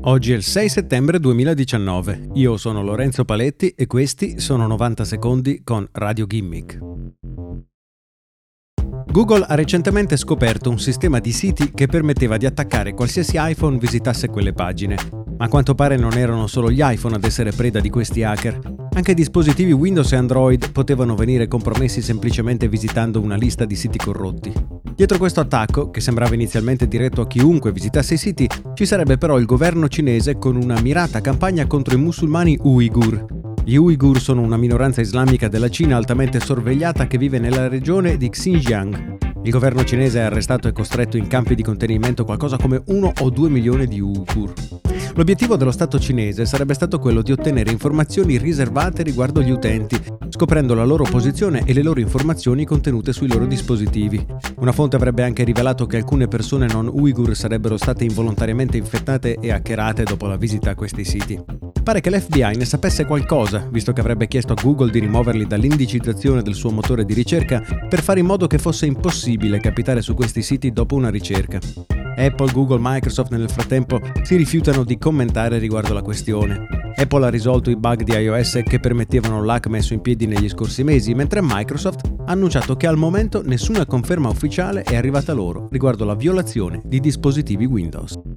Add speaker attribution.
Speaker 1: Oggi è il 6 settembre 2019, io sono Lorenzo Paletti e questi sono 90 secondi con Radio Gimmick. Google ha recentemente scoperto un sistema di siti che permetteva di attaccare qualsiasi iPhone visitasse quelle pagine, ma a quanto pare non erano solo gli iPhone ad essere preda di questi hacker. Anche dispositivi Windows e Android potevano venire compromessi semplicemente visitando una lista di siti corrotti. Dietro questo attacco, che sembrava inizialmente diretto a chiunque visitasse i siti, ci sarebbe però il governo cinese con una mirata campagna contro i musulmani Uighur. Gli Uighur sono una minoranza islamica della Cina altamente sorvegliata che vive nella regione di Xinjiang. Il governo cinese ha arrestato e costretto in campi di contenimento qualcosa come 1 o 2 milioni di Uighur. L'obiettivo dello Stato cinese sarebbe stato quello di ottenere informazioni riservate riguardo gli utenti, scoprendo la loro posizione e le loro informazioni contenute sui loro dispositivi. Una fonte avrebbe anche rivelato che alcune persone non Uighur sarebbero state involontariamente infettate e hackerate dopo la visita a questi siti. Pare che l'FBI ne sapesse qualcosa, visto che avrebbe chiesto a Google di rimuoverli dall'indicizzazione del suo motore di ricerca per fare in modo che fosse impossibile capitare su questi siti dopo una ricerca. Apple, Google, Microsoft nel frattempo si rifiutano di commentare riguardo la questione. Apple ha risolto i bug di iOS che permettevano l'hack messo in piedi negli scorsi mesi, mentre Microsoft ha annunciato che al momento nessuna conferma ufficiale è arrivata loro riguardo la violazione di dispositivi Windows.